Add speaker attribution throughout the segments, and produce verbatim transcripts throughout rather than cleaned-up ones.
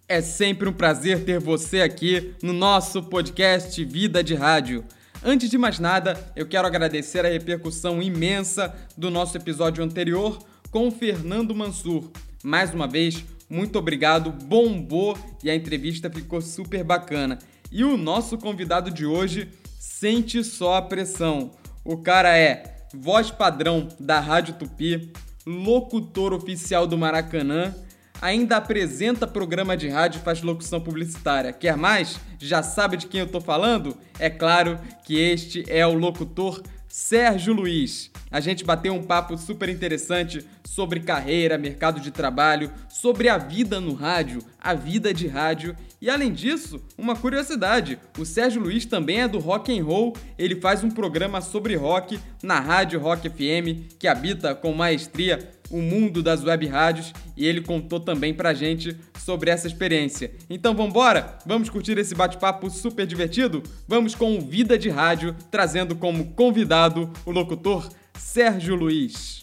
Speaker 1: É sempre um prazer ter você aqui no nosso podcast Vida de Rádio. Antes de mais nada, eu quero agradecer a repercussão imensa do nosso episódio anterior com o Fernando Mansur. Mais uma vez, muito obrigado, bombou e a entrevista ficou super bacana. E o nosso convidado de hoje sente só a pressão. O cara é voz padrão da Rádio Tupi, locutor oficial do Maracanã, ainda apresenta programa de rádio e faz locução publicitária. Quer mais? Já sabe de quem eu tô falando? É claro que este é o locutor Sérgio Luiz. A gente bateu um papo super interessante sobre carreira, mercado de trabalho, sobre a vida no rádio, a vida de rádio. E além disso, uma curiosidade, o Sérgio Luiz também é do rock and roll, ele faz um programa sobre rock na Rádio Rock F M, que habita com maestria o mundo das web rádios, e ele contou também pra gente sobre essa experiência. Então vambora? Vamos curtir esse bate-papo super divertido? Vamos com o Vida de Rádio, trazendo como convidado o locutor Sérgio Luiz.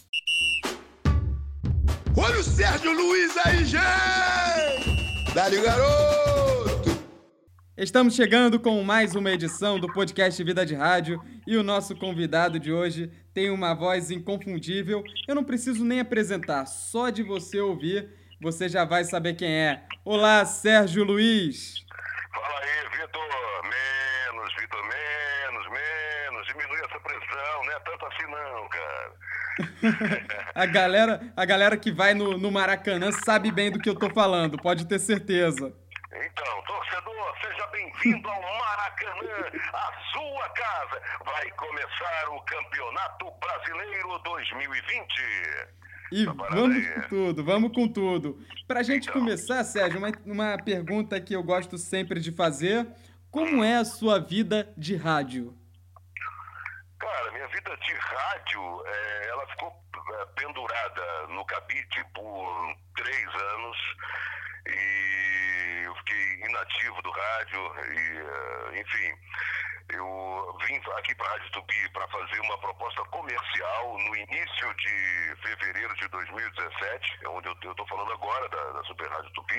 Speaker 2: Olha o Sérgio Luiz aí, gente! Dá-lhe, garoto!
Speaker 1: Estamos chegando com mais uma edição do podcast Vida de Rádio e o nosso convidado de hoje tem uma voz inconfundível. Eu não preciso nem apresentar, só de você ouvir, você já vai saber quem é. Olá, Sérgio Luiz!
Speaker 3: Fala aí, Vitor! Menos, Vitor, menos, menos. Diminui essa pressão, não é tanto assim não, cara.
Speaker 1: a, galera, a galera que vai no, no Maracanã sabe bem do que eu tô falando, pode ter certeza.
Speaker 3: Então, torcedor, seja bem-vindo ao Maracanã, a sua casa. Vai começar o Campeonato Brasileiro dois mil e vinte.
Speaker 1: E
Speaker 3: Tá
Speaker 1: vamos
Speaker 3: aí.
Speaker 1: com tudo, vamos com tudo. Pra gente
Speaker 3: Então.
Speaker 1: começar, Sérgio, uma, uma pergunta que eu gosto sempre de fazer. Como é a sua vida de rádio?
Speaker 3: Cara, minha vida de rádio, é, ela ficou é, pendurada no cabide por três anos e eu fiquei inativo do rádio e, enfim, eu vim aqui para a Rádio Tupi para fazer uma proposta comercial no início de fevereiro de dois mil e dezessete, onde eu estou falando agora da, da Super Rádio Tupi,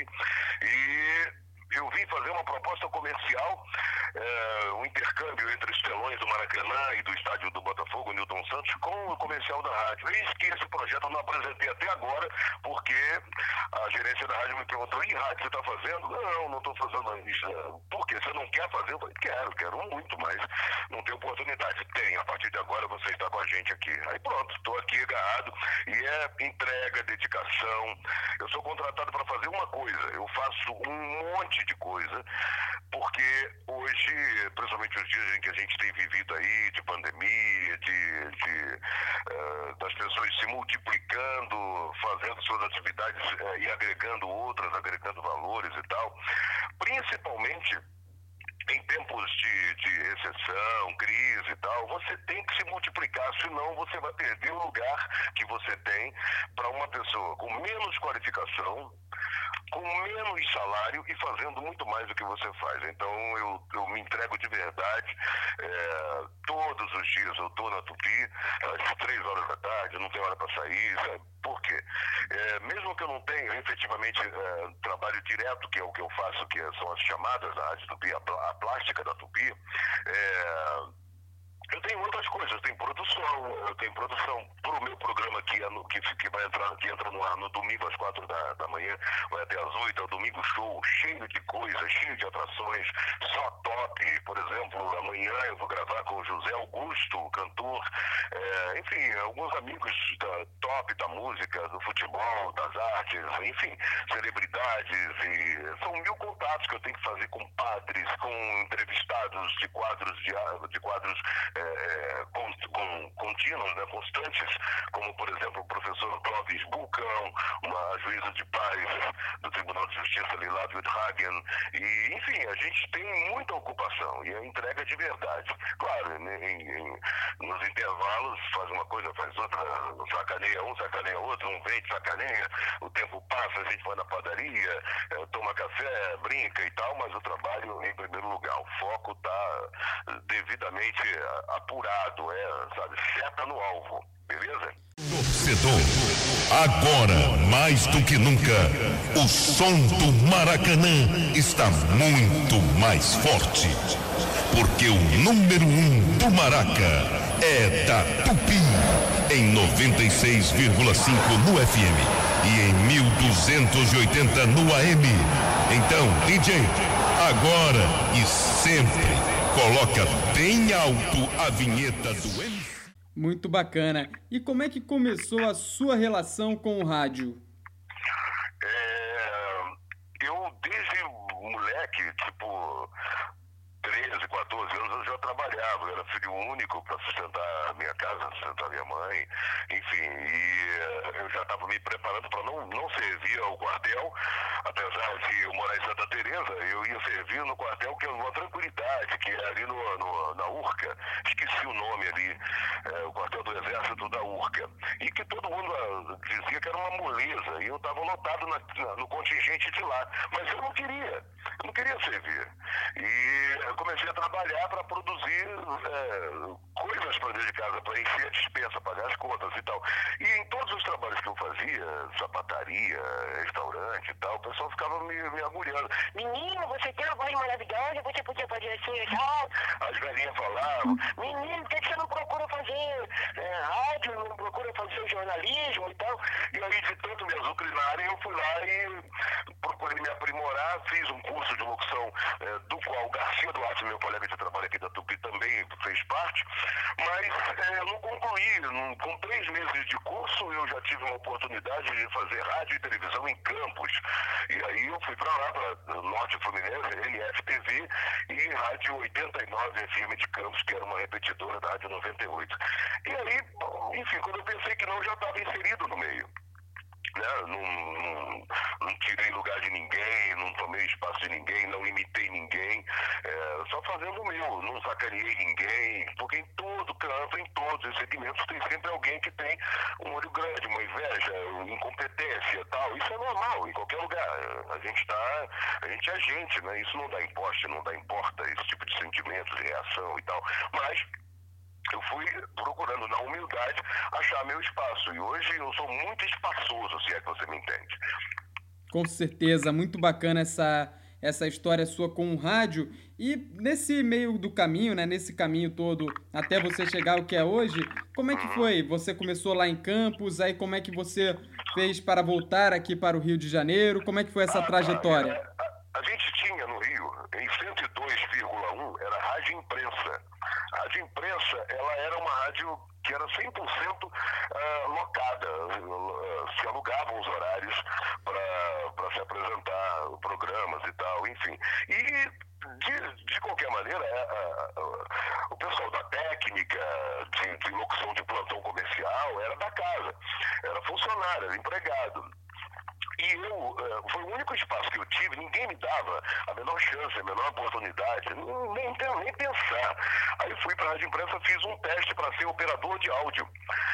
Speaker 3: e eu vim fazer uma proposta comercial, é, um intercâmbio entre os telões do Maracanã e do estádio do Botafogo, Newton Santos, com o comercial da rádio. Eis que esse projeto eu não apresentei até agora, porque a gerência da rádio me perguntou: e rádio você está fazendo? Não, não estou fazendo isso. Por quê? Você não quer fazer? Eu falei: quero, quero muito, mas não tem oportunidade. Tem, a partir de agora você está com a gente aqui. Aí pronto, estou aqui agarrado e é entrega, dedicação. Eu sou contratado para fazer uma coisa, eu faço um monte de coisa, porque hoje, principalmente os dias em que a gente tem vivido aí, de pandemia, de, de uh, das pessoas se multiplicando, fazendo suas atividades uh, e agregando outras, agregando valores e tal, principalmente em tempos de, de recessão, crise e tal, você tem que se multiplicar, senão você vai perder o lugar que você tem para uma pessoa com menos qualificação, com menos salário e fazendo muito mais do que você faz. Então eu, eu me entrego de verdade, é, todos os dias eu estou na Tupi, às três horas da tarde, não tem hora para sair, sabe? Por quê? É, mesmo que eu não tenha efetivamente é, trabalho direto, que é o que eu faço, que são as chamadas da Rádio Tupi, a, a plástica da Tupi, é, eu tenho outras coisas, eu tenho produção, eu tenho produção para o meu programa que, é no, que, que vai entrar, que entra no ar no domingo às quatro da, da manhã, vai até às oito, é o domingo show, cheio de coisas, cheio de atrações, só top. Por exemplo, amanhã eu vou gravar com o José Augusto, cantor, é, enfim, alguns amigos da, top da música, do futebol, das artes, enfim, celebridades, e são mil contatos que eu tenho que fazer com padres, com entrevistados de quadros, de, de quadros É, com, com, contínuos, né, constantes, como por exemplo o professor Clóvis Bulcão, uma juíza de paz do Tribunal de Justiça Lila Hagen, e enfim, a gente tem muita ocupação e a entrega é de verdade. Claro, em, em, nos intervalos faz uma coisa, faz outra, sacaneia um, sacaneia outro, um vem, sacaneia, o tempo passa, a gente vai na padaria, é, toma café, brinca e tal, mas o trabalho em primeiro lugar, o foco está devidamente apurado, é, sabe, seta no alvo, beleza?
Speaker 4: torcedor. Agora, mais do que nunca, o som do Maracanã está muito mais forte. Porque o número um do Maraca é da Tupi, em noventa e seis vírgula cinco no F M e em mil duzentos e oitenta no A M. Então, D J, agora e sempre, coloca bem alto a vinheta do M.
Speaker 1: Muito bacana. E como é que começou a sua relação com o rádio?
Speaker 3: É, eu, desde moleque, tipo, treze, quatorze anos, eu já trabalhava. Eu era filho único para sustentar a minha casa, sustentar a minha mãe, enfim. E eu já estava me preparando para não, não servir ao quartel. Apesar de eu morar em Santa Teresa, eu ia servir no quartel, que é uma tranquilidade, que é ali no, no, na Urca. Esqueci o nome ali, é, o quartel do Exército da Urca. E que todo mundo dizia que era uma moleza. E eu estava lotado na, na, no contingente de lá. Mas eu não queria. Eu não queria servir. E eu comecei a trabalhar para produzir é, coisas para dentro de casa, para encher a despensa, pagar as contas e tal. E em todos os trabalhos que eu fazia, sapataria, restaurante e tal, o pessoal ficava me, me agulhando. Menino, você tem uma voz maravilhosa, você podia fazer assim, assim. As velhinhas falavam, menino, por que você não procura fazer é, rádio, não procura fazer jornalismo e tal? E aí, de tanto me azucrinarem, eu fui lá e procurei me aprimorar, fiz um curso de locução é, do qual o Garcia Duarte, meu colega de trabalho aqui da Tupi, também fez parte, mas é, eu não concluí. Não, com três meses de curso, eu já tive uma oportunidade de fazer rádio e televisão em Campos. E aí eu fui para lá, para Norte Fluminense, L F T V e Rádio oitenta e nove F M de Campos, que era uma repetidora da Rádio noventa e oito. E aí, enfim, quando eu pensei que não, já estava inserido no meio. Né? Não, não, não tirei lugar de ninguém, não tomei espaço de ninguém, não imitei ninguém, é, só fazendo o meu, não sacaneei ninguém, porque em todo canto, em todos os segmentos, tem sempre alguém que tem um olho grande, uma inveja, uma incompetência e tal. Isso é normal, em qualquer lugar. A gente tá, a gente é gente, né? Isso não dá imposto, não dá importa, esse tipo de sentimentos, de reação e tal. Mas eu fui procurando, na humildade, achar meu espaço. E hoje eu sou muito espaçoso, se é que você me entende.
Speaker 1: Com certeza, muito bacana essa, essa história sua com o rádio. E nesse meio do caminho, né, nesse caminho todo, até você chegar ao que é hoje, como é que foi? Você começou lá em Campos, aí como é que você fez para voltar aqui para o Rio de Janeiro? Como é que foi essa ah, trajetória?
Speaker 3: Tá. A, a gente tinha no Rio, em cento e dois vírgula um, era Rádio Imprensa. A Rádio Imprensa, ela era uma rádio que era cem por cento uh, locada, uh, se alugavam os horários para se apresentar programas e tal, enfim. E, de, de qualquer maneira, uh, uh, uh, o pessoal da técnica, de, de locução de plantão comercial, era da casa, era funcionário, era empregado. E eu, foi o único espaço que eu tive, ninguém me dava a menor chance, a menor oportunidade, nem, nem pensar. Aí fui para a Rádio Imprensa, fiz um teste para ser operador de áudio.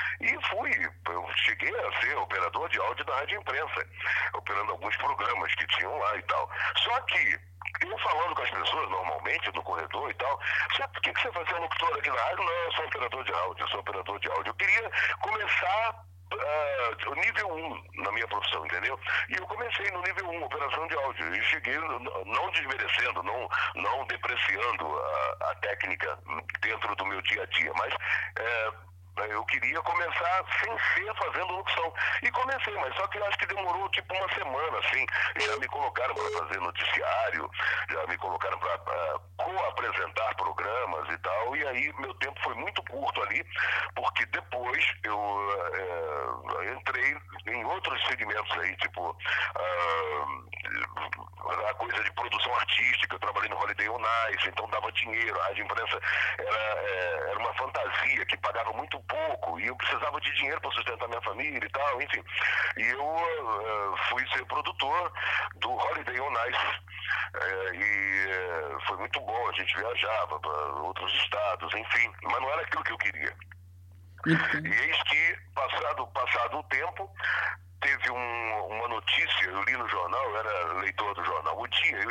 Speaker 3: E fui, eu cheguei a ser operador de áudio da Rádio Imprensa, operando alguns programas que tinham lá e tal. Só que, eu falando com as pessoas normalmente, no corredor e tal, sabe por que você fazia locutor aqui na rádio? Não, eu sou operador de áudio, eu sou operador de áudio. Eu queria começar Uh, o nível um na minha profissão, entendeu? E eu comecei no nível um, operação de áudio, e cheguei não desmerecendo, não, não depreciando a, a técnica dentro do meu dia a dia, mas uh, eu queria começar sem ser fazendo locução. E comecei, mas só que eu acho que demorou tipo uma semana, assim. Já me colocaram para fazer noticiário, já me colocaram para co-apresentar programas e tal. E aí meu tempo foi muito curto ali, porque depois eu é, entrei em outros segmentos aí, tipo uh, a coisa de produção artística. Eu trabalhei no Holiday on Ice, então dava dinheiro. A Rádio Imprensa era, era uma fantasia que pagava muito pouco e eu precisava de dinheiro para sustentar minha família e tal, enfim. E eu uh, fui ser produtor do Holiday on Ice. Uh, e uh, foi muito bom, a gente viajava para outros estados, enfim, mas não era aquilo que eu queria. Uhum. E eis que, passado, passado o tempo, teve um, uma notícia, eu li no jornal, eu era leitor do jornal O Dia, e o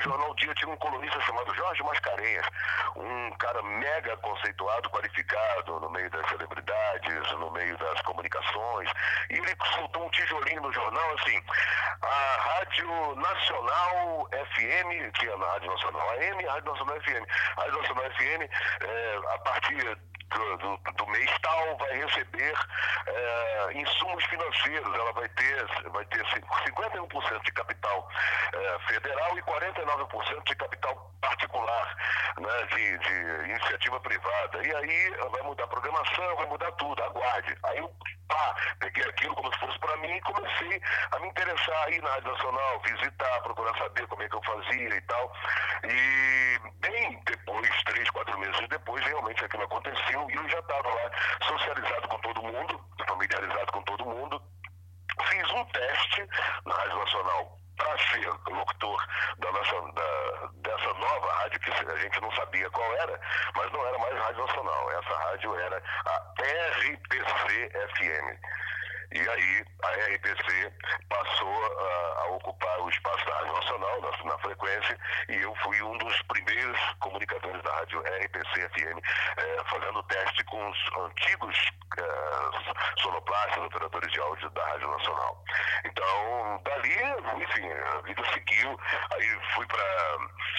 Speaker 3: jornal Dia tinha um colunista chamado Jorge Mascarenhas, um cara mega conceituado, qualificado no meio das celebridades, no meio das comunicações, e ele soltou um tijolinho no jornal, assim, a Rádio Nacional F M, que é na Rádio Nacional A M, a Rádio Nacional F M, a Rádio Nacional F M, é, a partir Do, do, do mês tal, vai receber é, insumos financeiros. Ela vai ter, vai ter cinquenta e um por cento de capital é, federal e quarenta e nove por cento de capital particular, né, de, de iniciativa privada. E aí vai mudar a programação, vai mudar tudo, aguarde. Aí eu pá, peguei aquilo como se fosse para mim e comecei a me interessar aí na Rádio Nacional, visitar, procurar saber como é que eu fazia e tal. E bem depois, três, quatro meses depois, realmente aquilo aconteceu e eu já estava lá socializado com todo mundo, familiarizado com todo mundo. Fiz um teste na Rádio Nacional para ser locutor da nossa, da, dessa nova rádio, que a gente não sabia qual era, mas não era mais Rádio Nacional. Essa rádio era a R P C F M. E aí a R P C passou a, a ocupar o espaço da Rádio Nacional, na, na frequência, e eu fui um dos primeiros comunicadores da rádio R P C F M, eh, fazendo teste com os antigos eh, sonoplastas, operadores de áudio da Rádio Nacional. Então, dali, enfim, a vida seguiu, aí fui para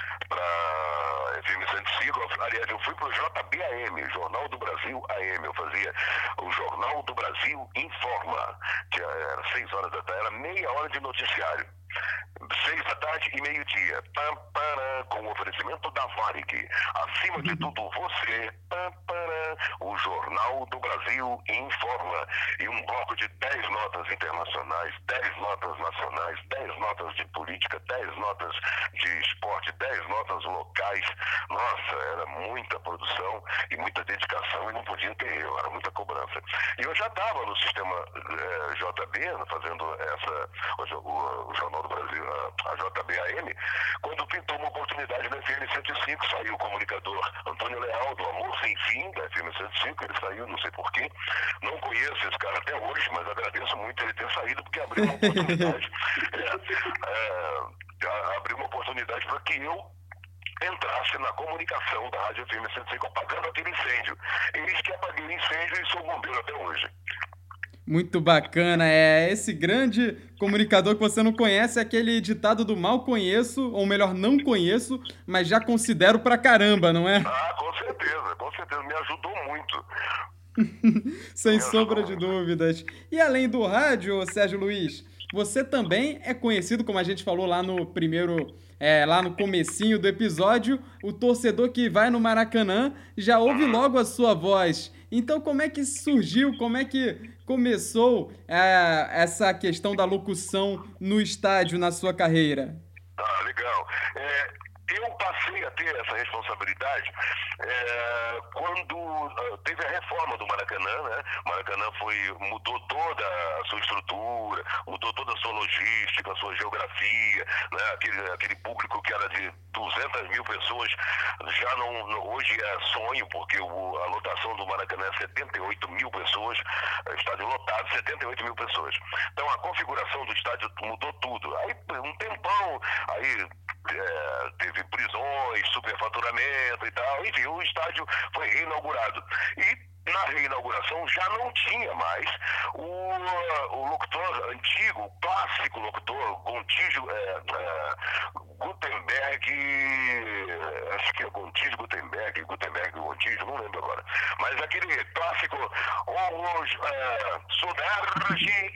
Speaker 3: para F M cento e cinco, aliás, eu fui para o J B A M, Jornal do Brasil A M, eu fazia o Jornal do Brasil Informa, que era seis horas da tarde, era meia hora de noticiário. Seis da tarde e meio-dia. Pam, param, com o oferecimento da Varig. Acima de tudo, você. Pam, param, o Jornal do Brasil Informa. E um bloco de dez notas internacionais, dez notas nacionais, dez notas de política, dez notas de esporte, dez notas locais. Nossa, era muita produção e muita dedicação e não podia ter erro, era muita cobrança. E eu já estava no sistema eh, J B, fazendo essa, o, o, o Jornal do Brasil, a, a J B A M, quando pintou uma oportunidade na F M cento e cinco, saiu o comunicador Antônio Leal, do Amor Sem Fim, da F M cento e cinco, ele saiu, não sei porquê, não conheço esse cara até hoje, mas agradeço muito ele ter saído, porque abriu uma oportunidade, é, é, abriu uma oportunidade para que eu entrasse na comunicação da Rádio F M cento e cinco, apagando aquele incêndio. Eis que apaguei o incêndio e sou bombeiro até hoje.
Speaker 1: Muito bacana, é esse grande comunicador que você não conhece, é aquele ditado do mal conheço, ou melhor, não conheço, mas já considero pra caramba, não é?
Speaker 3: Ah, com certeza, com certeza, me ajudou muito.
Speaker 1: Sem sombra de dúvidas. E além do rádio, Sérgio Luiz, você também é conhecido, como a gente falou lá no primeiro, é, lá no comecinho do episódio, o torcedor que vai no Maracanã já ouve logo a sua voz. Então, como é que surgiu, como é que começou é, essa questão da locução no estádio na sua carreira?
Speaker 3: Ah, legal. É, eu passei a ter essa responsabilidade é, quando uh, teve a reforma do Maracanã, né? O Maracanã foi, mudou toda a sua estrutura, mudou toda a sua logística, a sua geografia, né? Aquele, aquele público que era de duzentas mil pessoas, já não, não, hoje é sonho, porque o, a lotação do Maracanã é setenta e oito mil pessoas, estádio lotado, setenta e oito mil pessoas. Então a configuração do estádio mudou tudo. Aí um tempão, aí é, teve prisões, superfaturamento e tal, enfim, o estádio foi reinaugurado. E na reinauguração já não tinha mais o, o locutor antigo, o clássico locutor, Gontijo, é, é, Gutenberg, acho que é Gontijo, Gutenberg, Gutenberg, Gontijo, não lembro agora. Mas aquele clássico, os é, Suderge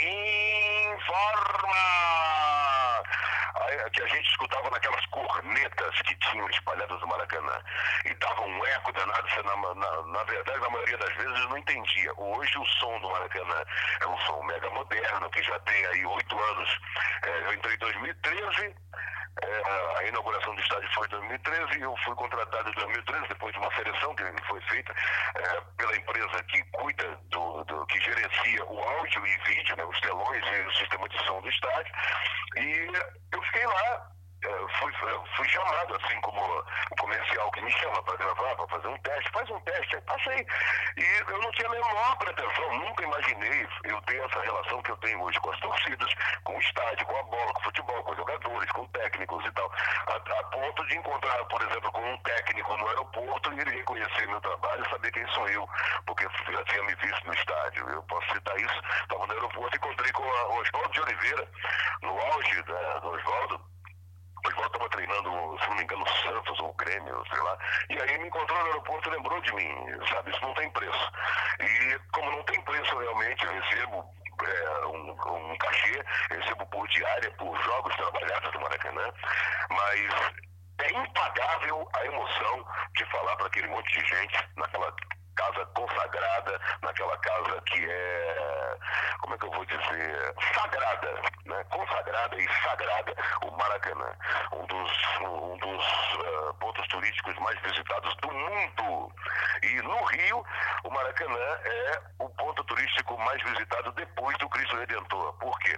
Speaker 3: informa, que a gente escutava naquelas cornetas que tinham espalhadas no Maracanã. E dava um eco danado, você, na, na, na verdade, na maioria das vezes eu não entendia. Hoje o som do Maracanã é um som mega moderno, que já tem aí oito anos. É, eu entrei em dois mil e treze, é, a inauguração do estádio foi em dois mil e treze, e eu fui contratado em dois mil e treze, depois de uma seleção que foi feita é, pela empresa que cuida, do, do, que gerencia o áudio e vídeo, né, os telões e o sistema de som do estádio. E eu fiquei lá. Fui, eu fui chamado, assim como o comercial que me chama para gravar, para fazer um teste, faz um teste, aí passei. E eu não tinha a menor pretensão, nunca imaginei eu ter essa relação que eu tenho hoje com as torcidas, com o estádio, com a bola, com o futebol, com os jogadores, com técnicos e tal. A, a ponto de encontrar, por exemplo, com um técnico no aeroporto e ele reconhecer meu trabalho e saber quem sou eu, porque já tinha me visto no estádio. Eu posso citar isso. Estava no aeroporto e encontrei com o Oswaldo de Oliveira, no auge da, do Oswaldo. O Oswaldo estava treinando, se não me engano, o Santos ou o Grêmio, sei lá. E aí me encontrou no aeroporto e lembrou de mim, sabe? Isso não tem preço. E como não tem preço realmente, eu recebo é, um, um cachê, recebo por diária, por jogos trabalhados do Maracanã, mas é impagável a emoção de falar para aquele monte de gente naquela casa consagrada, naquela casa que é, como é que eu vou dizer, sagrada, né? Consagrada e sagrada, o Maracanã, um dos, um dos uh, pontos turísticos mais visitados do mundo. E no Rio, o Maracanã é o ponto turístico mais visitado depois do Cristo Redentor. Por quê?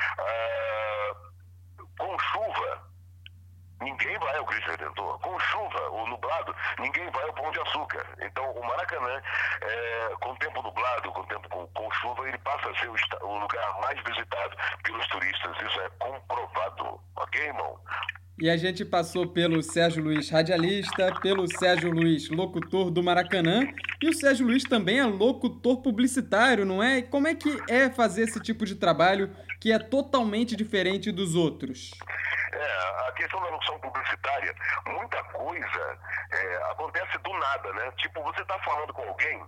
Speaker 3: Uh, com chuva, ninguém vai ao Cristo Redentor. Com chuva ou nublado, ninguém vai ao Pão de Açúcar. Então, o Maracanã, é, com tempo nublado, com tempo com, com chuva, ele passa a ser o, o lugar mais visitado pelos turistas. Isso é comprovado. Ok, irmão?
Speaker 1: E a gente passou pelo Sérgio Luiz radialista, pelo Sérgio Luiz locutor do Maracanã, e o Sérgio Luiz também é locutor publicitário, não é? E como é que é fazer esse tipo de trabalho que é totalmente diferente dos outros?
Speaker 3: É, a questão da locução publicitária, muita coisa é, acontece do nada, né? Tipo, você está falando com alguém.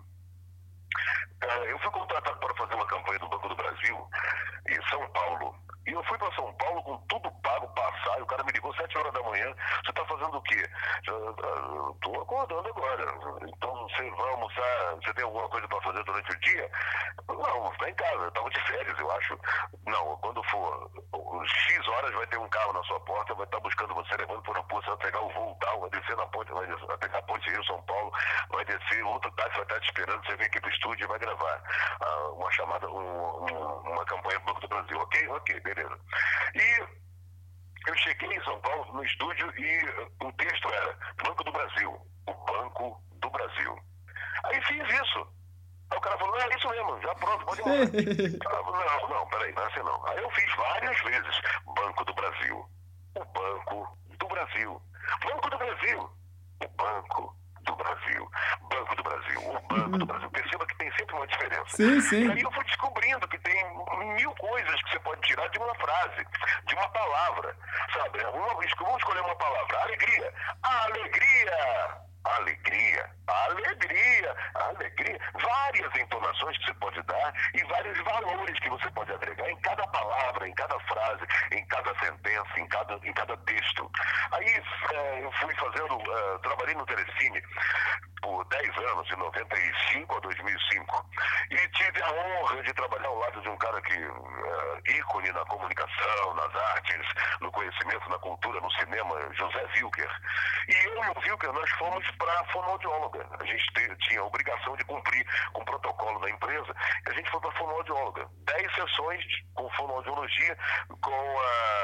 Speaker 3: É, eu fui contratado para fazer uma campanha do Banco do Brasil em São Paulo. E eu fui para São Paulo com tudo pago, passar, e o cara me ligou sete horas da manhã. Você está fazendo o quê? Estou acordando agora. Então você vai almoçar, você tem alguma coisa para fazer durante o dia? Não, vou ficar em casa, eu estava de férias, eu acho. Não, quando for X horas vai ter um carro na sua porta, vai estar buscando você, levando por uma você vai pegar o voo tal, vai descer na ponte, vai, descer, vai pegar a ponte Rio São Paulo, vai descer, outro táxi vai estar te esperando, você vem aqui para o estúdio e vai gravar uh, uma chamada, um, um, uma campanha do Banco do Brasil. Ok? Ok, beleza. E eu cheguei em São Paulo, no estúdio, e o texto era Banco do Brasil, o Banco do Brasil. Aí fiz isso. Aí o cara falou, é isso mesmo, já pronto, pode ir embora. Não, não, peraí, não é assim não. Aí eu fiz várias vezes, Banco do Brasil, o Banco do Brasil, Banco do Brasil, o Banco do Brasil, Banco do Brasil, o Banco do Brasil. Perceba que tem sempre uma diferença.
Speaker 1: Sim, sim.
Speaker 3: E aí eu fui descobrindo que tem mil coisas que você pode tirar de uma frase, de uma palavra, sabe? Uma, vamos escolher uma palavra, alegria, alegria. Alegria, alegria, alegria. Várias entonações que você pode dar e vários valores que você pode agregar em cada palavra, em cada frase, em cada sentença, em cada, em cada texto. Aí é, eu fui fazendo, uh, trabalhei no Telecine por dez anos, de noventa e cinco a dois mil e cinco. E tive a honra de trabalhar ao lado de um cara que é ícone na comunicação, nas artes, no conhecimento, na cultura, no cinema, José Wilker. E eu e o Wilker, nós fomos para a fonoaudióloga. A gente te, tinha a obrigação de cumprir com o protocolo da empresa. E a gente foi para a fonoaudióloga. Dez sessões com fonoaudiologia com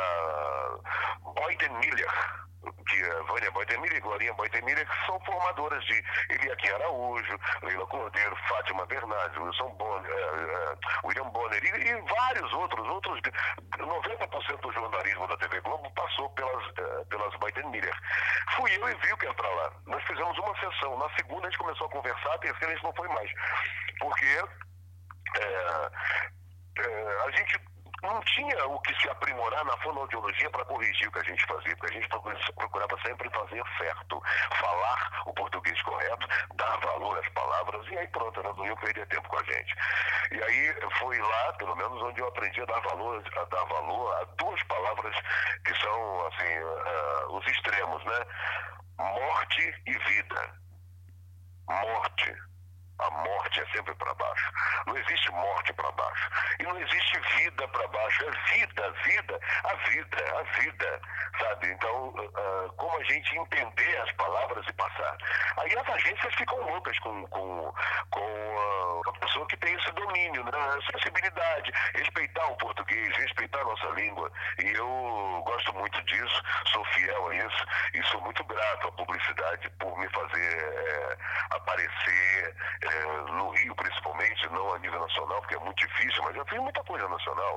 Speaker 3: a Boyden Miller, que é Vânia Boitemiller e Glorinha Boitemiller, que são formadoras de Eliakim Araújo, Leila Cordeiro, Fátima Bernardes, Wilson Bonner, é, é, William Bonner e, e vários outros. outros noventa por cento do jornalismo da T V Globo passou pelas, é, pelas Boitemiller. Fui eu e Wilker para lá. Nós fizemos uma sessão. Na segunda a gente começou a conversar, a terceira a gente não foi mais. Porque é, é, a gente não tinha o que se aprimorar na fonoaudiologia para corrigir o que a gente fazia, porque a gente procurava sempre fazer certo, falar o português correto, dar valor às palavras, e aí pronto, elas não iam perder tempo com a gente. E aí foi lá, pelo menos, onde eu aprendi a dar valor a, dar valor a duas palavras que são, assim, uh, os extremos, né? Morte e vida. Morte. A morte é sempre para baixo. Não existe morte para baixo. E não existe vida para baixo. É vida, vida, a vida, a vida. Sabe? Então, uh, como a gente entender as palavras e passar. Aí as agências ficam loucas com, com, com uh, a pessoa que tem esse domínio, né? Sensibilidade, respeitar o português, respeitar a nossa língua. E eu gosto muito disso, sou fiel a isso. aparecer é, no Rio, principalmente, não a nível nacional, porque é muito difícil, mas eu fiz muita coisa nacional.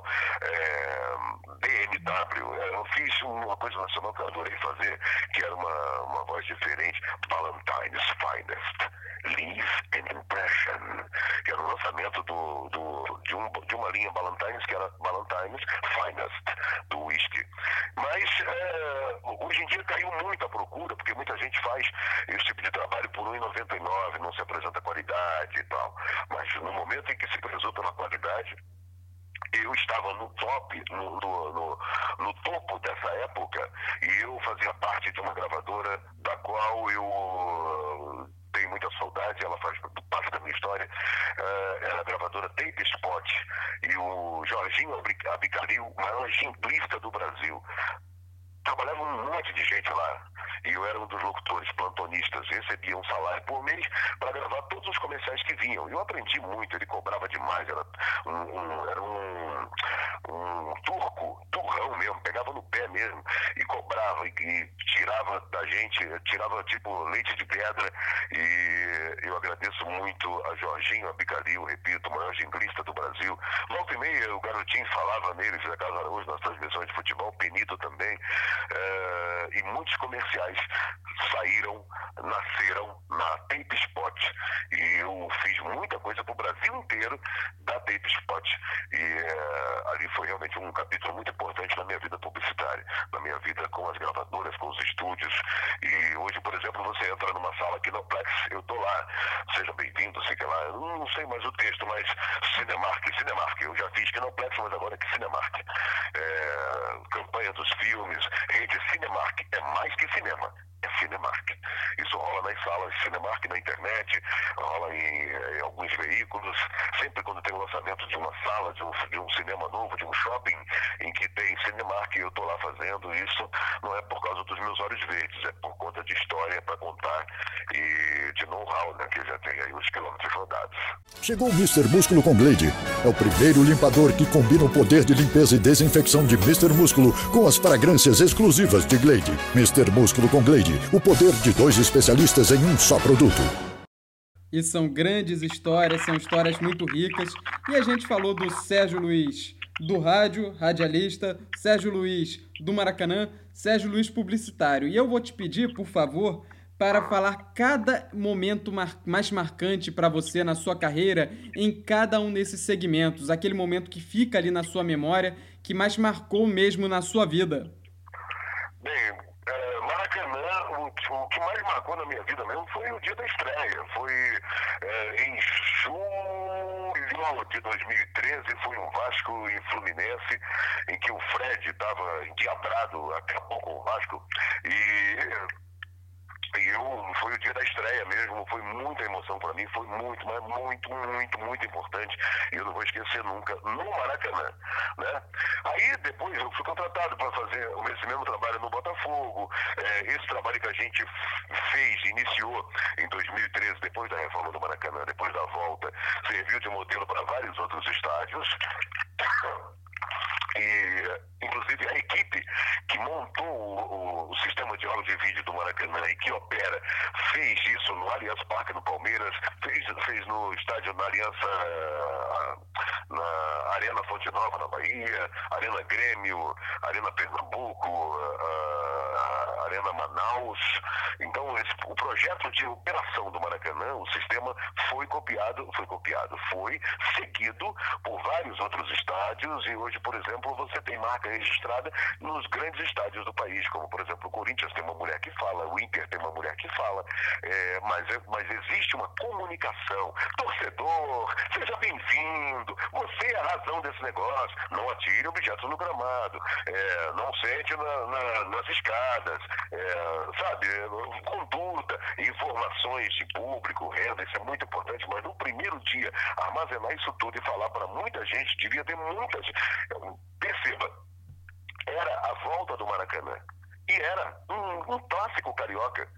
Speaker 3: É, B M W, eu fiz uma coisa nacional que eu adorei fazer, que era uma, uma voz diferente, Valentine's Finest, Leave an Impression, que era o lançamento do, do, de, um, de uma linha Valentine's, que era Valentine's Finest, do whisky. Mas é, hoje em dia caiu muito a procura, porque muita gente faz esse tipo de trabalho por um real e noventa e nove centavos, não se apresenta qualidade e tal. Mas no momento em que se prezou pela qualidade, eu estava no top, no, no, no, no topo dessa época, e eu fazia parte de uma gravadora da qual eu uh, tenho muita saudade, ela faz parte da minha história. Uh, era a gravadora Tape Spot, e o Jorginho Abicalil, o maior gimplista do Brasil. Trabalhava um monte de gente lá, e eu era um dos locutores plantonistas, recebia um salário por mês para gravar todos os comerciais que vinham. E eu aprendi muito, ele cobrava demais, era um, um, era um, um turco, turrão mesmo, pegava no pé mesmo, e cobrava, e, e tirava da gente, tirava tipo leite de pedra, e eu agradeço muito a Jorginho Abicalil, repito, o maior jinglista do Brasil. Volta e meia, o garotinho falava nele, José Carlos Araújo, nas transmissões de futebol, Penito também. Uh, e muitos comerciais saíram, nasceram na Tape Spot, e eu fiz muita coisa para o Brasil inteiro da Tape Spot, e uh, ali foi realmente um capítulo muito importante na minha vida publicitária, na minha vida com as gravadoras, com os estúdios. E hoje, por exemplo, você entra numa sala Kinoplex, eu tô lá, seja bem-vindo, sei que lá, eu não sei mais o texto, mas Cinemark, Cinemark, eu já fiz Kinoplex, mas agora é que Cinemark, é, campanha dos filmes, rede Cinemark, é mais que cinema, é Cinemark. Isso rola nas salas Cinemark na internet, rola em, em alguns veículos, sempre quando tem o lançamento de uma sala, de um, de um cinema novo, de um shopping em que tem Cinemark, eu tô lá fazendo isso. Não é por causa dos meus olhos verdes, é por conta de história para contar e de know-how, né, que já tem aí os quilômetros rodados.
Speaker 5: Chegou o mister Músculo com Glade. É o primeiro limpador que combina o poder de limpeza e desinfecção de mister Músculo com as fragrâncias exclusivas de Glade. mister Músculo com Glade, o poder de dois especialistas em um só produto.
Speaker 1: E são grandes histórias, são histórias muito ricas. E a gente falou do Sérgio Luiz do rádio, radialista, Sérgio Luiz do Maracanã, Sérgio Luiz publicitário. E eu vou te pedir, por favor, para falar cada momento mar- mais marcante para você na sua carreira, em cada um desses segmentos, aquele momento que fica ali na sua memória, que mais marcou mesmo na sua vida.
Speaker 3: Bem, é, Maracanã, o, o que mais marcou na minha vida mesmo foi o dia da estreia. Foi é, em julho de dois mil e treze, foi um Vasco e Fluminense, em que o Fred estava endiabrado, acabou com o Vasco, e... E eu, foi o dia da estreia mesmo, foi muita emoção para mim, foi muito, mas muito, muito, muito importante. E eu não vou esquecer nunca, no Maracanã, né? Aí depois eu fui contratado para fazer esse mesmo trabalho no Botafogo. É, esse trabalho que a gente fez, iniciou em dois mil e treze, depois da reforma do Maracanã, depois da volta, serviu de modelo para vários outros estádios. E, inclusive, a equipe que montou o, o sistema de áudio e vídeo do Maracanã e que opera, fez isso no Allianz Parque, no Palmeiras, fez, fez no estádio na Aliança, na Arena Fonte Nova, na Bahia, Arena Grêmio, Arena Pernambuco, a Arena Manaus. Então, esse, o projeto de operação do Maracanã, o sistema foi copiado, foi copiado, foi seguido por vários outros estádios, e hoje, por exemplo, você tem marca registrada nos grandes estádios do país, como, por exemplo, o Corinthians tem uma mulher que fala, o Inter tem uma mulher que fala, é, mas, é, mas existe uma comunicação. Torcedor, seja bem-vindo, você é a razão desse negócio, não atire objetos no gramado, é, não sente na, na, nas escadas, é, sabe, conduta, informações de público, renda, isso é muito importante, mas no primeiro dia, armazenar isso tudo e falar para muita gente, devia ter muita gente. Perceba, era a volta do Maracanã, e era um, um clássico carioca.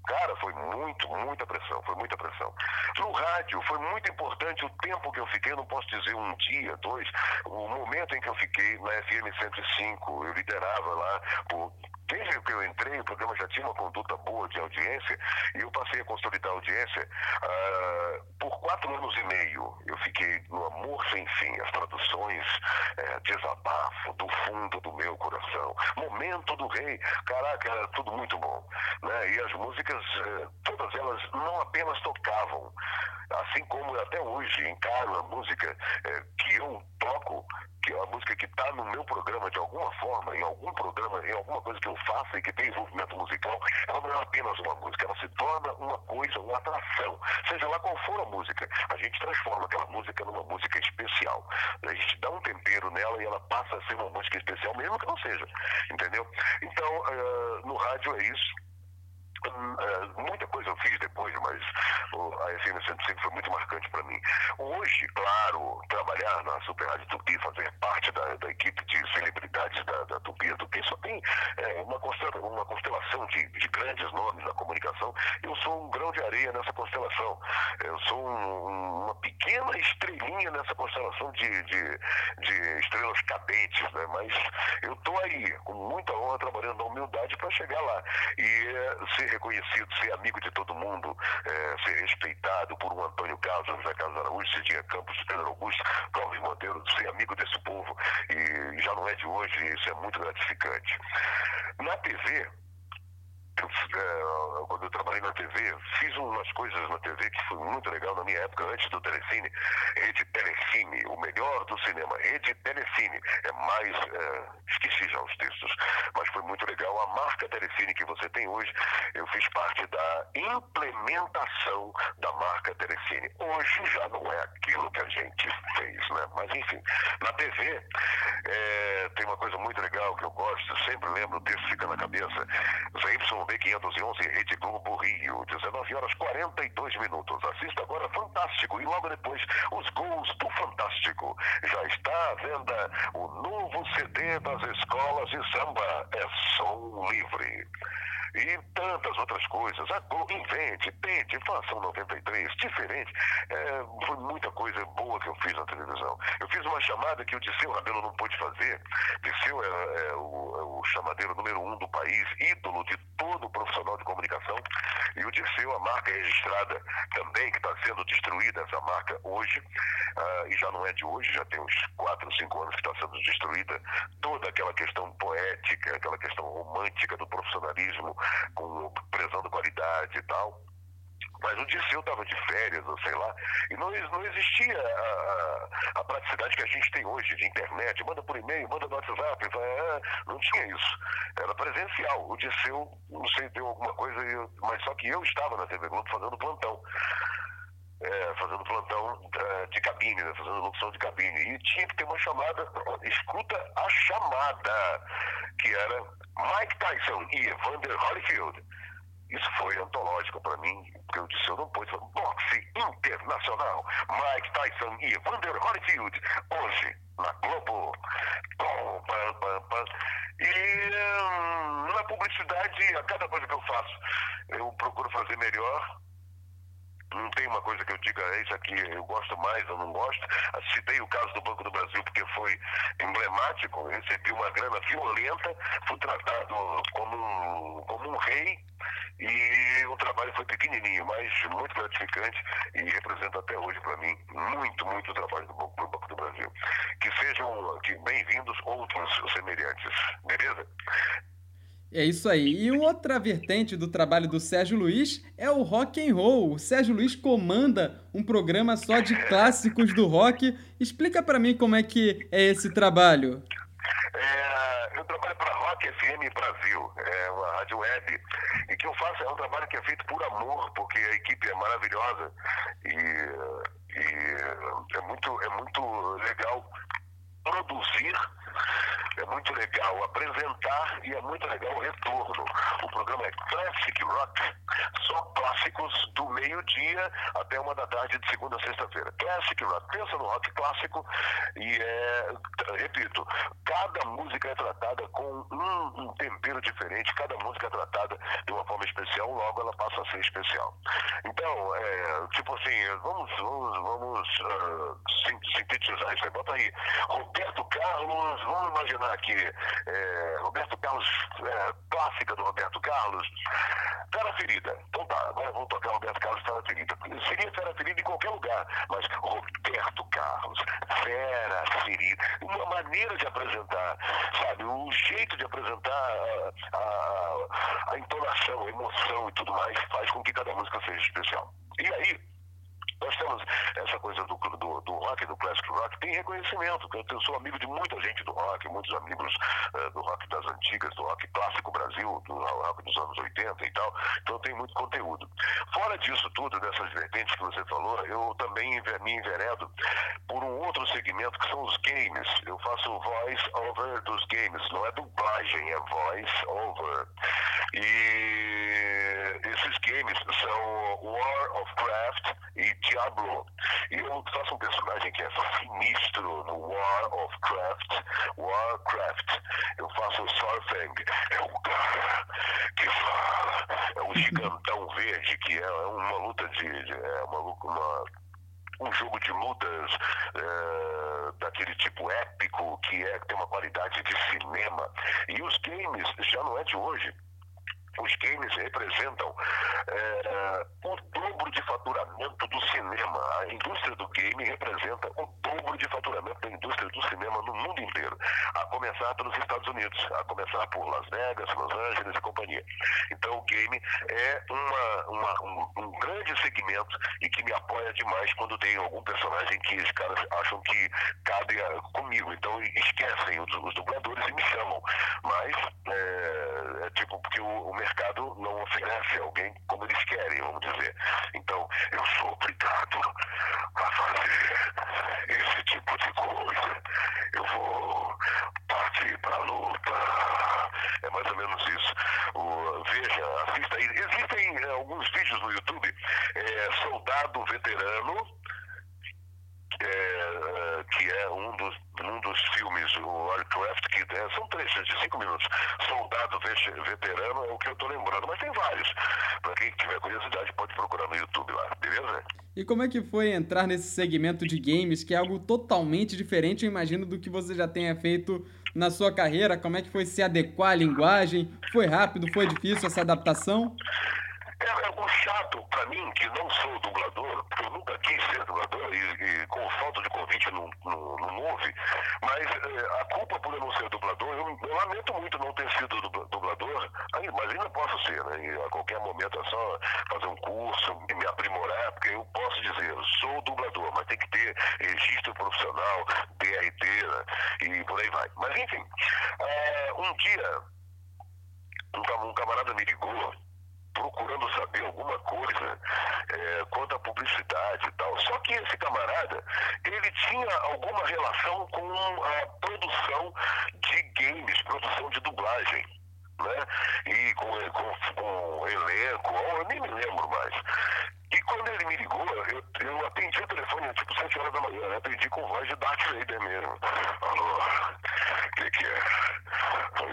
Speaker 3: Cara, foi muito, muita pressão, foi muita pressão. No rádio, foi muito importante o tempo que eu fiquei, não posso dizer um dia, dois, o momento em que eu fiquei na F M cento e cinco, eu liderava lá, por, desde que eu entrei, o programa já tinha uma conduta boa de audiência, e eu passei a consolidar a audiência uh, por quatro anos e meio. Eu fiquei no Amor Sem Fim, as traduções, é, desabafo do fundo do meu coração, Momento do Rei, caraca, era tudo muito bom, né? E as músicas, todas elas não apenas tocavam, assim como até hoje encaro a música é, que eu toco, que é a música que está no meu programa de alguma forma, em algum programa, em alguma coisa que eu faça e que tem envolvimento musical, ela não é apenas uma música, ela se torna uma coisa, uma atração, seja lá qual for a música, a gente transforma aquela música numa música especial, a gente dá um tempero nela e ela passa a ser uma música especial, mesmo que não seja, entendeu? Então, uh, no rádio é isso. Uh, muita coisa eu fiz depois, mas uh, a F M cento e cinco foi muito marcante para mim. Hoje, claro, trabalhar na Super Rádio Tupi, fazer parte da, da equipe de celebridades da, da Tupi, a Tupi só tem é, uma, constelação, uma constelação de, de grandes nomes na comunicação. Eu sou um grão de areia nessa constelação, eu sou um, um, uma pequena estrelinha nessa constelação de, de, de estrelas cadentes, né? Mas eu estou aí, com muita honra, trabalhando na humildade para chegar lá e é, ser reconhecido, ser amigo de todo mundo, é, ser respeitado por um Antônio Carlos, José Carlos Araújo, Cidinha Campos, Pedro Augusto, Cláudio Monteiro, ser amigo desse povo, e já não é de hoje, e isso é muito gratificante. Na T V, eu, é, quando eu trabalhei na T V, fiz umas coisas na T V que foi muito legal na minha época, antes do Telecine, Rede Telecine, o melhor do cinema, Rede Telecine, é mais, é, esqueci já os textos, mas foi muito legal. A marca Telecine que você tem hoje, eu fiz parte da implementação da marca Telecine. Hoje já não é aquilo que a gente fez, né? Mas enfim, na T V é, tem uma coisa muito legal que eu gosto, sempre lembro, o texto fica na cabeça, Y B quinhentos e onze, Rede Globo Rio, dezenove horas e quarenta e dois minutos. Assista agora Fantástico e logo depois os gols do Fantástico. Já está à venda o novo C D das escolas de samba, é som livre. E tantas outras coisas. A Globo invente, tente, faça um noventa e três diferente. É, foi muita coisa boa que eu fiz na televisão. Eu fiz uma chamada que o Disseu Rabelo não pôde fazer. Disseu é, é, o, é o chamadeiro número um do país, ídolo de todo profissional de comunicação. E o Disseu, a marca registrada também, que está sendo destruída, essa marca hoje, uh, e já não é de hoje, já tem uns quatro, cinco anos que está sendo destruída, toda aquela questão poética, aquela questão romântica do profissionalismo, com prezando qualidade e tal. Mas o Disseu estava de férias, ou sei lá, e não, não existia a, a, a praticidade que a gente tem hoje de internet. Manda por e-mail, manda no WhatsApp, vai, ah, não tinha isso. Era presencial. O Disseu, não sei, deu alguma coisa, eu, mas só que eu estava na T V Globo fazendo plantão. É, fazendo plantão uh, de cabine, né, fazendo locução de cabine. E tinha que ter uma chamada, escuta a chamada, que era Mike Tyson e Evander Holyfield. Isso foi antológico para mim, porque eu disse, eu não posso falar boxe internacional, Mike Tyson e Evander Holyfield, hoje, na Globo. Pum, pam, pam, pam. E hum, na publicidade, a cada coisa que eu faço, eu procuro fazer melhor. Não tem uma coisa que eu diga, é isso aqui, eu gosto mais, eu não gosto. Citei o caso do Banco do Brasil porque foi emblemático, eu recebi uma grana violenta, fui tratado como um, como um rei e o trabalho foi pequenininho, mas muito gratificante e representa até hoje para mim muito, muito trabalho do Banco, do Banco do Brasil. Que sejam que bem-vindos outros semelhantes, beleza?
Speaker 1: É isso aí. E outra vertente do trabalho do Sérgio Luiz é o rock and roll. O Sérgio Luiz comanda um programa só de clássicos do rock. Explica para mim como é que é esse trabalho.
Speaker 3: É, eu trabalho para a Rock F M Brasil, é uma rádio web, e que eu faço é um trabalho que é feito por amor, porque a equipe é maravilhosa e, e é muito, é muito legal produzir, é muito legal apresentar e é muito legal o retorno. O programa é Classic Rock, só clássicos do meio-dia até uma da tarde de segunda a sexta-feira. Classic Rock, pensa no rock clássico e é, repito, cada música é tratada com um, um tempero diferente, cada música é tratada de uma forma especial, logo ela passa a ser especial. Então, é, tipo assim, vamos, vamos, vamos uh, sintetizar isso aí. Bota aí, Roberto Carlos, vamos imaginar aqui, é, Roberto Carlos, é, clássica do Roberto Carlos, Fera Ferida. Então tá, agora vamos tocar Roberto Carlos, Fera Ferida. Seria Fera Ferida em qualquer lugar, mas Roberto Carlos, Fera Ferida, uma maneira de apresentar, sabe, o jeito de apresentar a, a, a entonação, a emoção e tudo mais, faz com que cada música seja especial. E aí, nós temos essa coisa do, do, do rock, do classic rock, tem reconhecimento, porque eu sou amigo de muita gente do rock, muitos amigos uh, do rock das antigas, do rock clássico Brasil, do rock dos anos oitenta e tal, então tem muito conteúdo. Fora disso tudo, dessas vertentes que você falou, eu também me enveredo por um outro segmento que são os games. Eu faço voice over dos games, não é dublagem, é voice over. E esses games são War of Craft e Diablo. E eu faço um personagem que é sinistro no War of Craft, Warcraft. Eu faço o Sorfang, é o cara que fala, é um gigantão verde que é, é uma luta de, de é uma, uma um jogo de lutas é, daquele tipo épico que é, tem uma qualidade de cinema. E os games já não é de hoje. Os games representam é, o dobro de faturamento do cinema. A indústria do game representa o dobro de faturamento da indústria do cinema no mundo inteiro. A começar pelos Estados Unidos, a começar por Las Vegas, Los Angeles e companhia. Então o game é uma, uma, um, um grande segmento e que me apoia demais quando tem algum personagem que os caras acham que cabe a, comigo. Então esquecem os, os dubladores e me chamam. Mas é, é tipo porque o, o mercado não oferece alguém como eles querem, vamos dizer. Então, eu sou obrigado a fazer esse tipo de coisa. Eu vou partir para a luta. É mais ou menos isso. O, veja, assista aí. Existem é, alguns vídeos no YouTube. É, Soldado Veterano, É, que é um dos, um dos filmes, o Warcraft, que é, são trechos de cinco minutos. Soldado Veterano é o que eu tô lembrando, mas tem vários. Para quem tiver curiosidade, pode procurar no YouTube lá, beleza?
Speaker 1: E como é que foi entrar nesse segmento de games, que é algo totalmente diferente, eu imagino, do que você já tenha feito na sua carreira? Como é que foi se adequar à linguagem? Foi rápido, foi difícil essa adaptação?
Speaker 3: É algo chato pra mim, que não sou dublador, porque eu nunca quis ser dublador e, e com falta de convite não, não, não houve, mas é, a culpa por eu não ser dublador, eu, eu lamento muito não ter sido dublador, aí, mas ainda posso ser, né? E a qualquer momento é só fazer um curso, me aprimorar, porque eu posso dizer, eu sou dublador, mas tem que ter registro profissional, D R T, né? E por aí vai. Mas enfim, é, um dia, um, um camarada me ligou, procurando saber alguma coisa é, quanto à publicidade e tal. Só que esse camarada, ele tinha alguma relação com a produção de games, produção de dublagem, né? E com, com, com elenco, eu nem me lembro mais. E quando ele me ligou, eu, eu atendi o telefone, tipo, sete horas da manhã, eu atendi com voz de Darth Vader mesmo. Alô, o que que é? Pois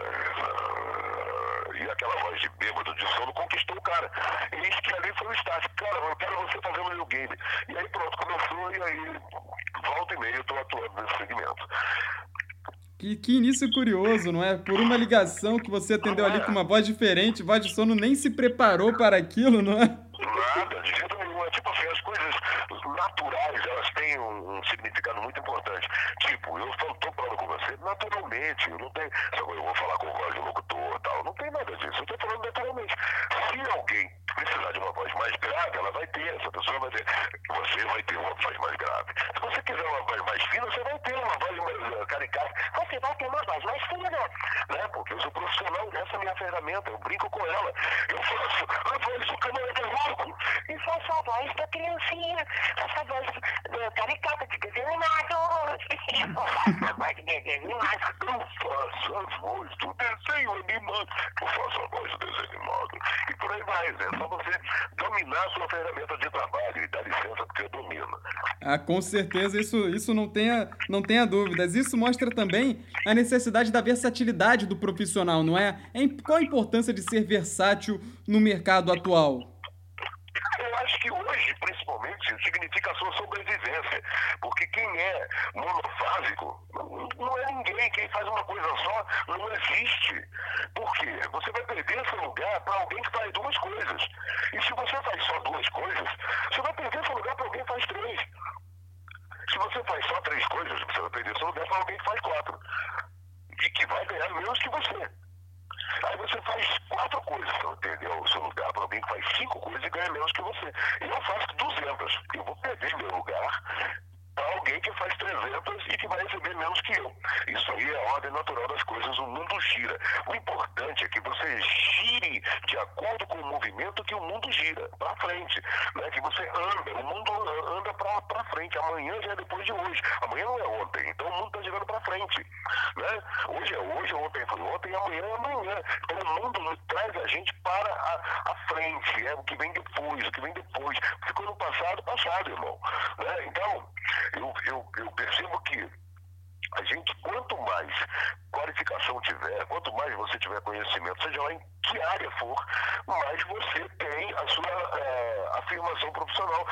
Speaker 3: é... E aquela voz de bêbado de sono conquistou o cara. E isso que ali foi o start. Cara, eu quero você fazer o meu game. E aí pronto, começou, e aí volta e meia eu tô atuando nesse segmento.
Speaker 1: Que, que início curioso, não é? Por uma ligação que você atendeu ali com uma voz diferente, voz de sono, nem se preparou para aquilo, não é?
Speaker 3: Nada, de jeito nenhum. É tipo assim, as coisas naturais, elas têm um, um significado muito importante. Tipo, eu estou falando com você naturalmente, eu não tenho, eu vou falar com voz de locutor e tal, não tem nada disso, eu estou falando naturalmente. Se alguém precisar de uma voz mais grave, ela vai ter, essa pessoa vai ter, você vai ter uma voz mais grave. Se você quiser uma voz mais fina, você vai ter uma voz mais caricata, você vai ter uma voz mais fina, né? Porque eu sou profissional, essa é a minha ferramenta, eu brinco com ela. Eu faço a voz do camarada louco e faço a voz da criancinha, faço a voz do caricata de desenho animado. Eu faço a voz de desenho animado. Eu faço a voz do desenho animado. Eu faço a voz do desenho animado. E por aí vai, é só você dar dominar a sua ferramenta de trabalho. E dá licença porque eu domino.
Speaker 1: Ah, com certeza, isso, isso não tenha, não tenha dúvidas. Isso mostra também a necessidade da versatilidade do profissional, não é? Qual a importância de ser versátil no mercado atual?
Speaker 3: Eu acho que hoje, principalmente, significa a sua sobrevivência. Porque quem é monofásico não é ninguém. Quem faz uma coisa só não existe. Por quê? Você vai perder seu lugar para alguém que faz duas coisas. E se você faz só duas coisas, você vai perder seu lugar para alguém que faz três. Se você faz só três coisas, você vai perder seu lugar para alguém que faz quatro. E que vai ganhar menos que você. Aí você faz quatro coisas, entendeu? O seu lugar para alguém que faz cinco coisas e ganha menos que você. E eu faço duzentas. Eu vou perder meu lugar para alguém que faz trezentas e que vai receber menos que eu. Isso aí é a ordem natural das coisas, o mundo gira. O importante é que você gire de acordo com o movimento que o mundo gira, para frente. Né? Que você anda, o mundo anda para frente. Amanhã já é depois de hoje. Amanhã não é ontem, então o mundo está girando para frente. Né? Hoje é hoje, ontem foi ontem, amanhã é amanhã. Então o mundo traz a gente para a, a frente, é o que vem depois, o que vem depois. Ficou no passado, passado, irmão. Né? Então, Eu, eu, eu percebo que a gente, quanto mais qualificação tiver, quanto mais você tiver conhecimento, seja lá em que área for, mais você tem a sua é, afirmação profissional,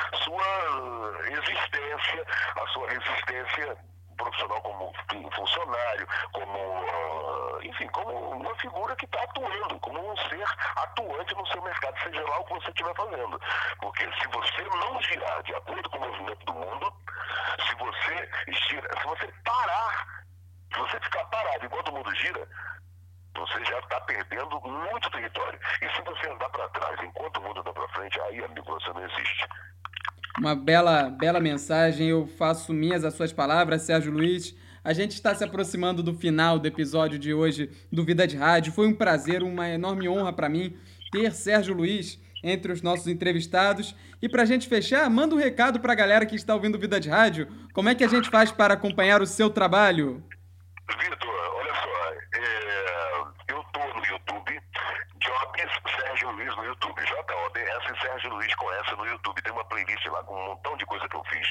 Speaker 3: sua existência, a sua resistência profissional como funcionário, como, enfim, como uma figura que está atuando, como um ser atuante no seu mercado, seja lá o que você estiver fazendo. Porque se você não girar de acordo com o movimento do mundo, se você gira, se você parar, se você ficar parado enquanto o mundo gira, você já está perdendo muito território. E se você andar para trás enquanto o mundo anda para frente, aí, amigo, você não existe.
Speaker 1: Uma bela, bela mensagem, eu faço minhas as suas palavras, Sérgio Luiz. A gente está se aproximando do final do episódio de hoje do Vida de Rádio. Foi um prazer, uma enorme honra para mim ter Sérgio Luiz entre os nossos entrevistados. E para a gente fechar, manda um recado para a galera que está ouvindo Vida de Rádio. Como é que a gente faz para acompanhar o seu trabalho?
Speaker 3: Vitor, olha só, é, eu estou no YouTube, Jobs Sérgio Luiz no YouTube, J O B S Sérgio Luiz com essa no YouTube, tem uma playlist lá com um montão de coisa que eu fiz.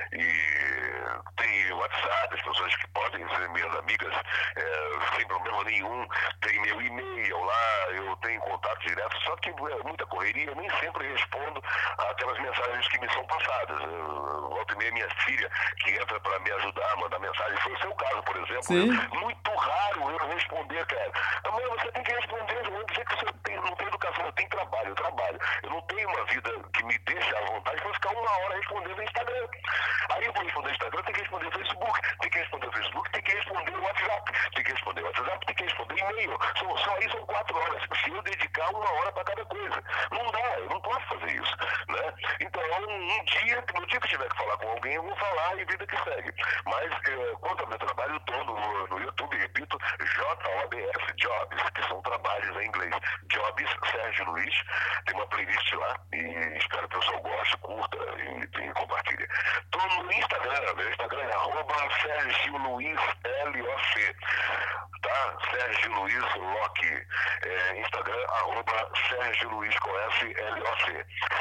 Speaker 3: E tem WhatsApp, as pessoas que podem ser minhas amigas, é, sem problema nenhum, tem meu e-mail lá, eu tenho contato direto, só que é muita correria, eu nem sempre respondo aquelas mensagens que me são passadas. Volta e meia, minha filha, que entra para me ajudar, mandar mensagem, foi o seu caso, por exemplo.
Speaker 1: Sim.
Speaker 3: Muito raro eu responder, cara. Amanhã você tem que responder, eu vou dizer que você tem, não tem educação, eu tenho trabalho, eu trabalho. Eu não tenho uma vida que me deixe à vontade para ficar uma hora respondendo no Instagram. Aí eu vou responder no Instagram, tem que responder no Facebook, tem que responder no Facebook, tem que responder no WhatsApp, tem que responder no WhatsApp, tem que responder e-mail. Só, só aí são quatro horas. Se eu dedicar uma hora para cada coisa, não dá, eu não posso fazer isso, né? Então, um, um dia, no dia que eu tiver que falar com alguém, eu vou falar e vida que segue. Mas, eh, quanto ao meu trabalho, eu estou no, no YouTube, repito, J O B S, Jobs, que são trabalhos em inglês. Jobs Sérgio Luiz, tem uma playlist lá e espero que o pessoal goste, curta e, e compartilhe. Estou no Instagram, meu Instagram é arroba Sérgio Luiz L O C, tá? Sérgio Luiz Locke, é, Instagram arroba Sérgio Luiz com S L O C.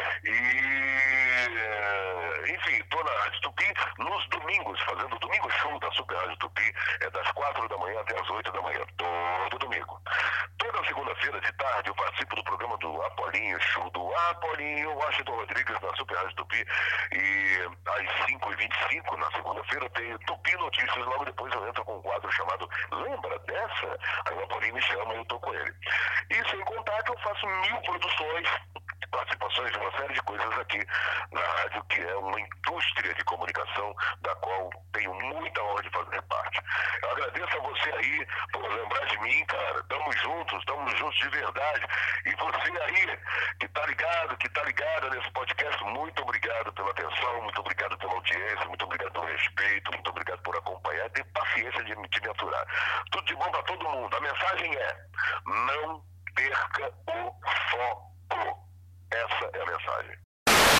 Speaker 3: E, é, enfim, estou na Rádio Tupi nos domingos, fazendo o domingo show da Super Rádio Tupi, é das quatro da manhã até as oito da manhã, todo domingo. Toda segunda-feira de tarde eu participo do programa do Apolinho, show do Apolinho, Washington Rodrigues na Super Rádio Tupi, e às cinco e vinte e cinco na segunda-feira tem Tupi Notícias, logo depois eu entro com um quadro chamado Lembra dessa? Aí o Apolinho me chama e eu tô com ele. E sem contar que eu faço mil produções, participações de uma série de coisas aqui na rádio, que é uma indústria de comunicação da qual tenho muita honra de fazer parte. Eu agradeço a você aí por lembrar de mim, cara. Tamo juntos, tamo juntos de verdade. E você aí que tá ligado, que tá ligado nesse podcast, muito obrigado pela atenção, muito obrigado pela audiência, muito obrigado pelo respeito, muito obrigado por acompanhar e ter paciência de, de me aturar. Tudo de bom pra todo mundo. A mensagem é: não perca o foco. Essa é a mensagem.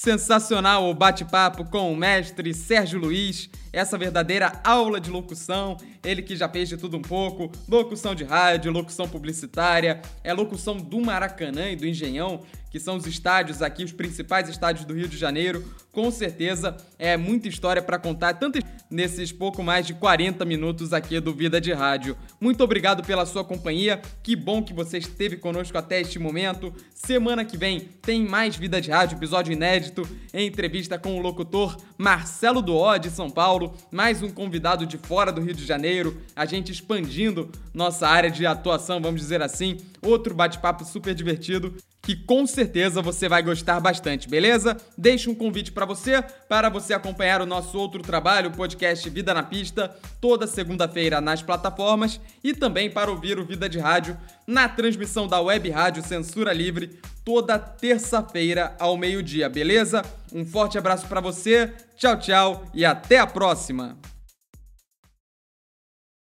Speaker 1: Sensacional o bate-papo com o mestre Sérgio Luiz, essa verdadeira aula de locução, ele que já fez de tudo um pouco, locução de rádio, locução publicitária, é locução do Maracanã e do Engenhão, que são os estádios aqui, os principais estádios do Rio de Janeiro. Com certeza é muita história para contar, tanto nesses pouco mais de quarenta minutos aqui do Vida de Rádio. Muito obrigado pela sua companhia, que bom que você esteve conosco até este momento. Semana que vem tem mais Vida de Rádio, episódio inédito, em entrevista com o locutor Marcelo Duó, de São Paulo, mais um convidado de fora do Rio de Janeiro, a gente expandindo nossa área de atuação, vamos dizer assim, outro bate-papo super divertido, que com certeza você vai gostar bastante, beleza? Deixo um convite para você, para você acompanhar o nosso outro trabalho, o podcast Vida na Pista, toda segunda-feira nas plataformas e também para ouvir o Vida de Rádio na transmissão da Web Rádio Censura Livre, toda terça-feira ao meio-dia, beleza? Um forte abraço para você, tchau, tchau e até a próxima!